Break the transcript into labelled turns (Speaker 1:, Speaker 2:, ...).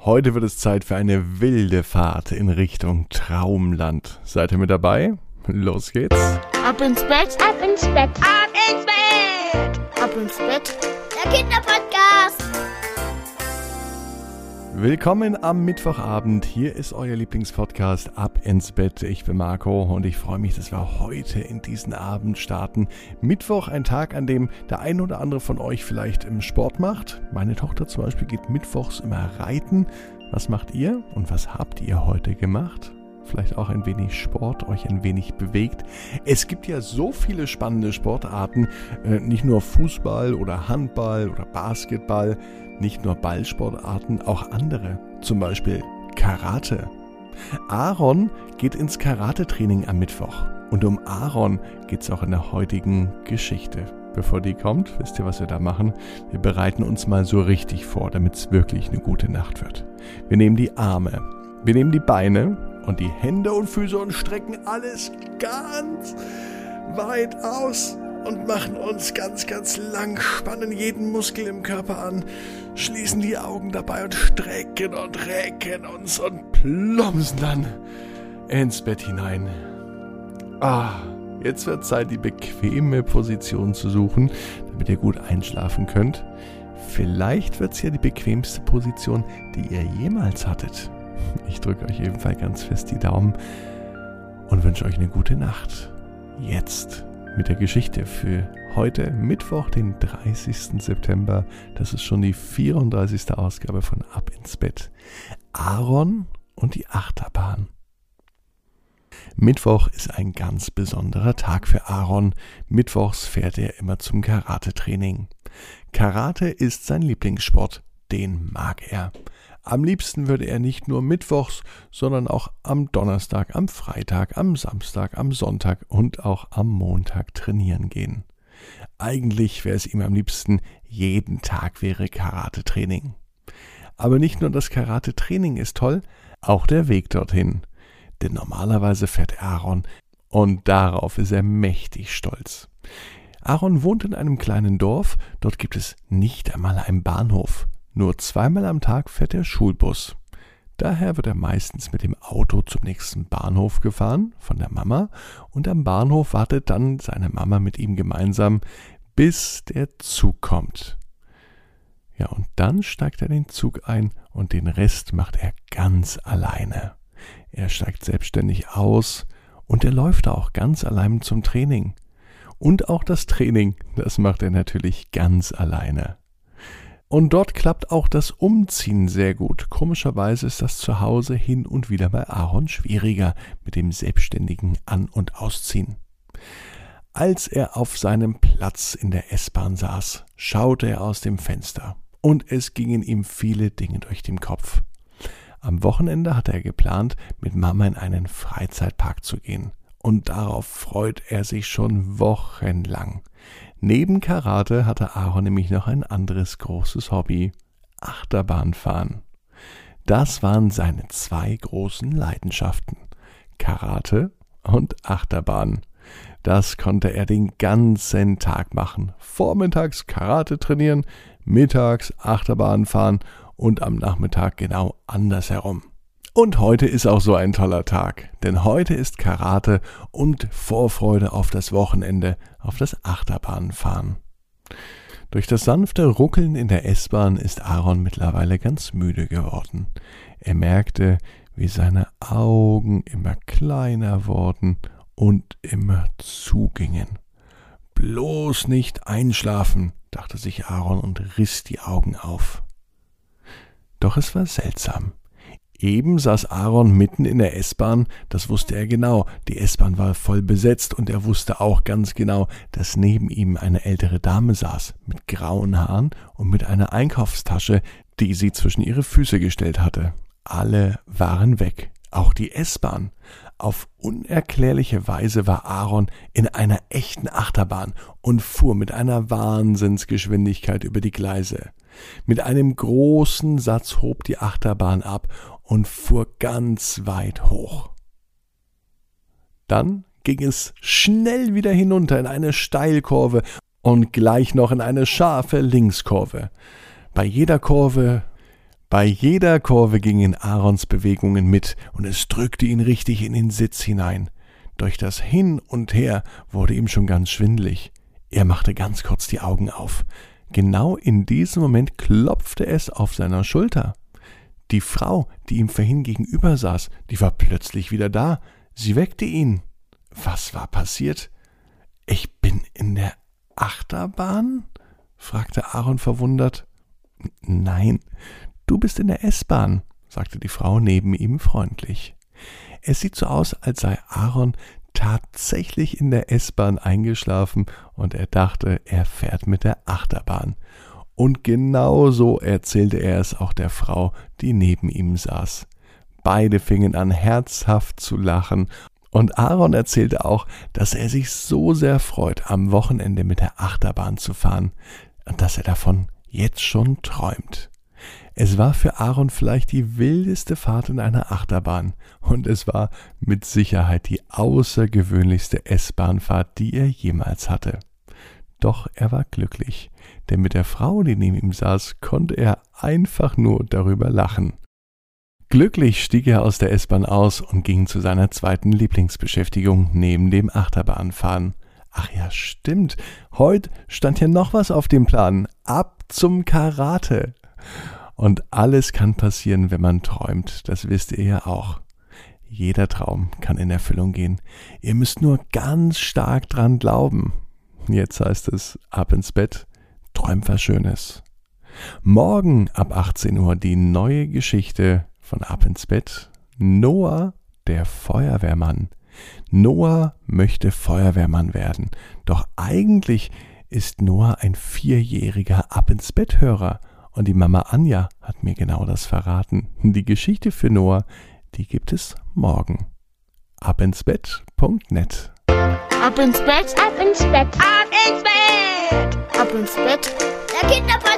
Speaker 1: Heute wird es Zeit für eine wilde Fahrt in Richtung Traumland. Seid ihr mit dabei? Los geht's.
Speaker 2: Ab ins Bett,
Speaker 3: Ab ins Bett,
Speaker 2: ab ins Bett, ab ins Bett.
Speaker 3: der Kinderpodcast.
Speaker 1: Willkommen am Mittwochabend. Hier ist euer Lieblingspodcast Ab ins Bett. Ich bin Marco und ich freue mich, dass wir heute in diesen Abend starten. Mittwoch, ein Tag, an dem der ein oder andere von euch vielleicht im Sport macht. Meine Tochter zum Beispiel geht mittwochs immer reiten. Was macht ihr und was habt ihr heute gemacht? Vielleicht auch ein wenig Sport, euch ein wenig bewegt. Es gibt ja so viele spannende Sportarten, nicht nur Fußball oder Handball oder Basketball, nicht nur Ballsportarten, auch andere, zum Beispiel Karate. Aaron geht ins Karate-Training am Mittwoch und um Aaron geht es auch in der heutigen Geschichte. Bevor die kommt, wisst ihr, was wir da machen? Wir bereiten uns mal so richtig vor, damit es wirklich eine gute Nacht wird. Wir nehmen die Arme, wir nehmen die Beine und die Hände und Füße und strecken alles ganz weit aus und machen uns ganz, ganz lang, spannen jeden Muskel im Körper an, schließen die Augen dabei und strecken und recken uns und plumpsen dann ins Bett hinein. Jetzt wird Zeit, die bequeme Position zu suchen, damit ihr gut einschlafen könnt. Vielleicht wird es ja die bequemste Position, die ihr jemals hattet. Ich drücke euch ebenfalls ganz fest die Daumen und wünsche euch eine gute Nacht. Jetzt mit der Geschichte für heute, Mittwoch, den 30. September. Das ist schon die 34. Ausgabe von Ab ins Bett. Aaron und die Achterbahn. Mittwoch ist ein ganz besonderer Tag für Aaron. Mittwochs fährt er immer zum Karate-Training. Karate ist sein Lieblingssport, den mag er. Am liebsten würde er nicht nur mittwochs, sondern auch am Donnerstag, am Freitag, am Samstag, am Sonntag und auch am Montag trainieren gehen. Eigentlich wäre es ihm am liebsten, jeden Tag wäre Karate-Training. Aber nicht nur das Karate-Training ist toll, auch der Weg dorthin. Denn normalerweise fährt Aaron und darauf ist er mächtig stolz. Aaron wohnt in einem kleinen Dorf, dort gibt es nicht einmal einen Bahnhof. Nur zweimal am Tag fährt der Schulbus. Daher wird er meistens mit dem Auto zum nächsten Bahnhof gefahren, von der Mama, und am Bahnhof wartet dann seine Mama mit ihm gemeinsam, bis der Zug kommt. Ja, und dann steigt er in den Zug ein und den Rest macht er ganz alleine. Er steigt selbstständig aus und er läuft auch ganz allein zum Training. Und auch das Training, das macht er natürlich ganz alleine. Und dort klappt auch das Umziehen sehr gut. Komischerweise ist das zu Hause hin und wieder bei Aaron schwieriger mit dem selbstständigen An- und Ausziehen. Als er auf seinem Platz in der S-Bahn saß, schaute er aus dem Fenster und es gingen ihm viele Dinge durch den Kopf. Am Wochenende hatte er geplant, mit Mama in einen Freizeitpark zu gehen. Und darauf freut er sich schon wochenlang. Neben Karate hatte Aaron nämlich noch ein anderes großes Hobby: Achterbahnfahren. Das waren seine zwei großen Leidenschaften: Karate und Achterbahn. Das konnte er den ganzen Tag machen. Vormittags Karate trainieren, mittags Achterbahn fahren und am Nachmittag genau andersherum. Und heute ist auch so ein toller Tag, denn heute ist Karate und Vorfreude auf das Wochenende, auf das Achterbahnfahren. Durch das sanfte Ruckeln in der S-Bahn ist Aaron mittlerweile ganz müde geworden. Er merkte, wie seine Augen immer kleiner wurden und immer zugingen. Bloß nicht einschlafen, dachte sich Aaron und riss die Augen auf. Doch es war seltsam. Eben saß Aaron mitten in der S-Bahn, das wusste er genau. Die S-Bahn war voll besetzt und er wusste auch ganz genau, dass neben ihm eine ältere Dame saß, mit grauen Haaren und mit einer Einkaufstasche, die sie zwischen ihre Füße gestellt hatte. Alle waren weg, auch die S-Bahn. Auf unerklärliche Weise war Aaron in einer echten Achterbahn und fuhr mit einer Wahnsinnsgeschwindigkeit über die Gleise. Mit einem großen Satz hob die Achterbahn ab und fuhr ganz weit hoch. Dann ging es schnell wieder hinunter in eine Steilkurve und gleich noch in eine scharfe Linkskurve. Bei jeder Kurve Bei jeder Kurve gingen Aarons Bewegungen mit und es drückte ihn richtig in den Sitz hinein. Durch das Hin und Her wurde ihm schon ganz schwindelig. Er machte ganz kurz die Augen auf. Genau in diesem Moment klopfte es auf seiner Schulter. Die Frau, die ihm vorhin gegenüber saß, die war plötzlich wieder da. Sie weckte ihn. Was war passiert? »Ich bin in der Achterbahn?« fragte Aaron verwundert. »Nein, du bist in der S-Bahn«, sagte die Frau neben ihm freundlich. Es sieht so aus, als sei Aaron tatsächlich in der S-Bahn eingeschlafen und er dachte, er fährt mit der Achterbahn. Und genau so erzählte er es auch der Frau, die neben ihm saß. Beide fingen an, herzhaft zu lachen. Und Aaron erzählte auch, dass er sich so sehr freut, am Wochenende mit der Achterbahn zu fahren und dass er davon jetzt schon träumt. Es war für Aaron vielleicht die wildeste Fahrt in einer Achterbahn und es war mit Sicherheit die außergewöhnlichste S-Bahnfahrt, die er jemals hatte. Doch er war glücklich, denn mit der Frau, die neben ihm saß, konnte er einfach nur darüber lachen. Glücklich stieg er aus der S-Bahn aus und ging zu seiner zweiten Lieblingsbeschäftigung neben dem Achterbahnfahren. Ach ja, stimmt, heute stand ja noch was auf dem Plan. Ab zum Karate. Und alles kann passieren, wenn man träumt, das wisst ihr ja auch. Jeder Traum kann in Erfüllung gehen. Ihr müsst nur ganz stark dran glauben. Jetzt heißt es, ab ins Bett, träumt was Schönes. Morgen ab 18 Uhr die neue Geschichte von Ab ins Bett. Noah, der Feuerwehrmann. Noah möchte Feuerwehrmann werden. Doch eigentlich ist Noah ein 4-jähriger Ab-ins-Bett-Hörer. Und die Mama Anja hat mir genau das verraten. Die Geschichte für Noah, die gibt es morgen. abinsbett.net.
Speaker 2: Ab ins Bett,
Speaker 3: Ab ins Bett,
Speaker 2: ab ins Bett, ab ins Bett.
Speaker 3: der Kinderpodcast.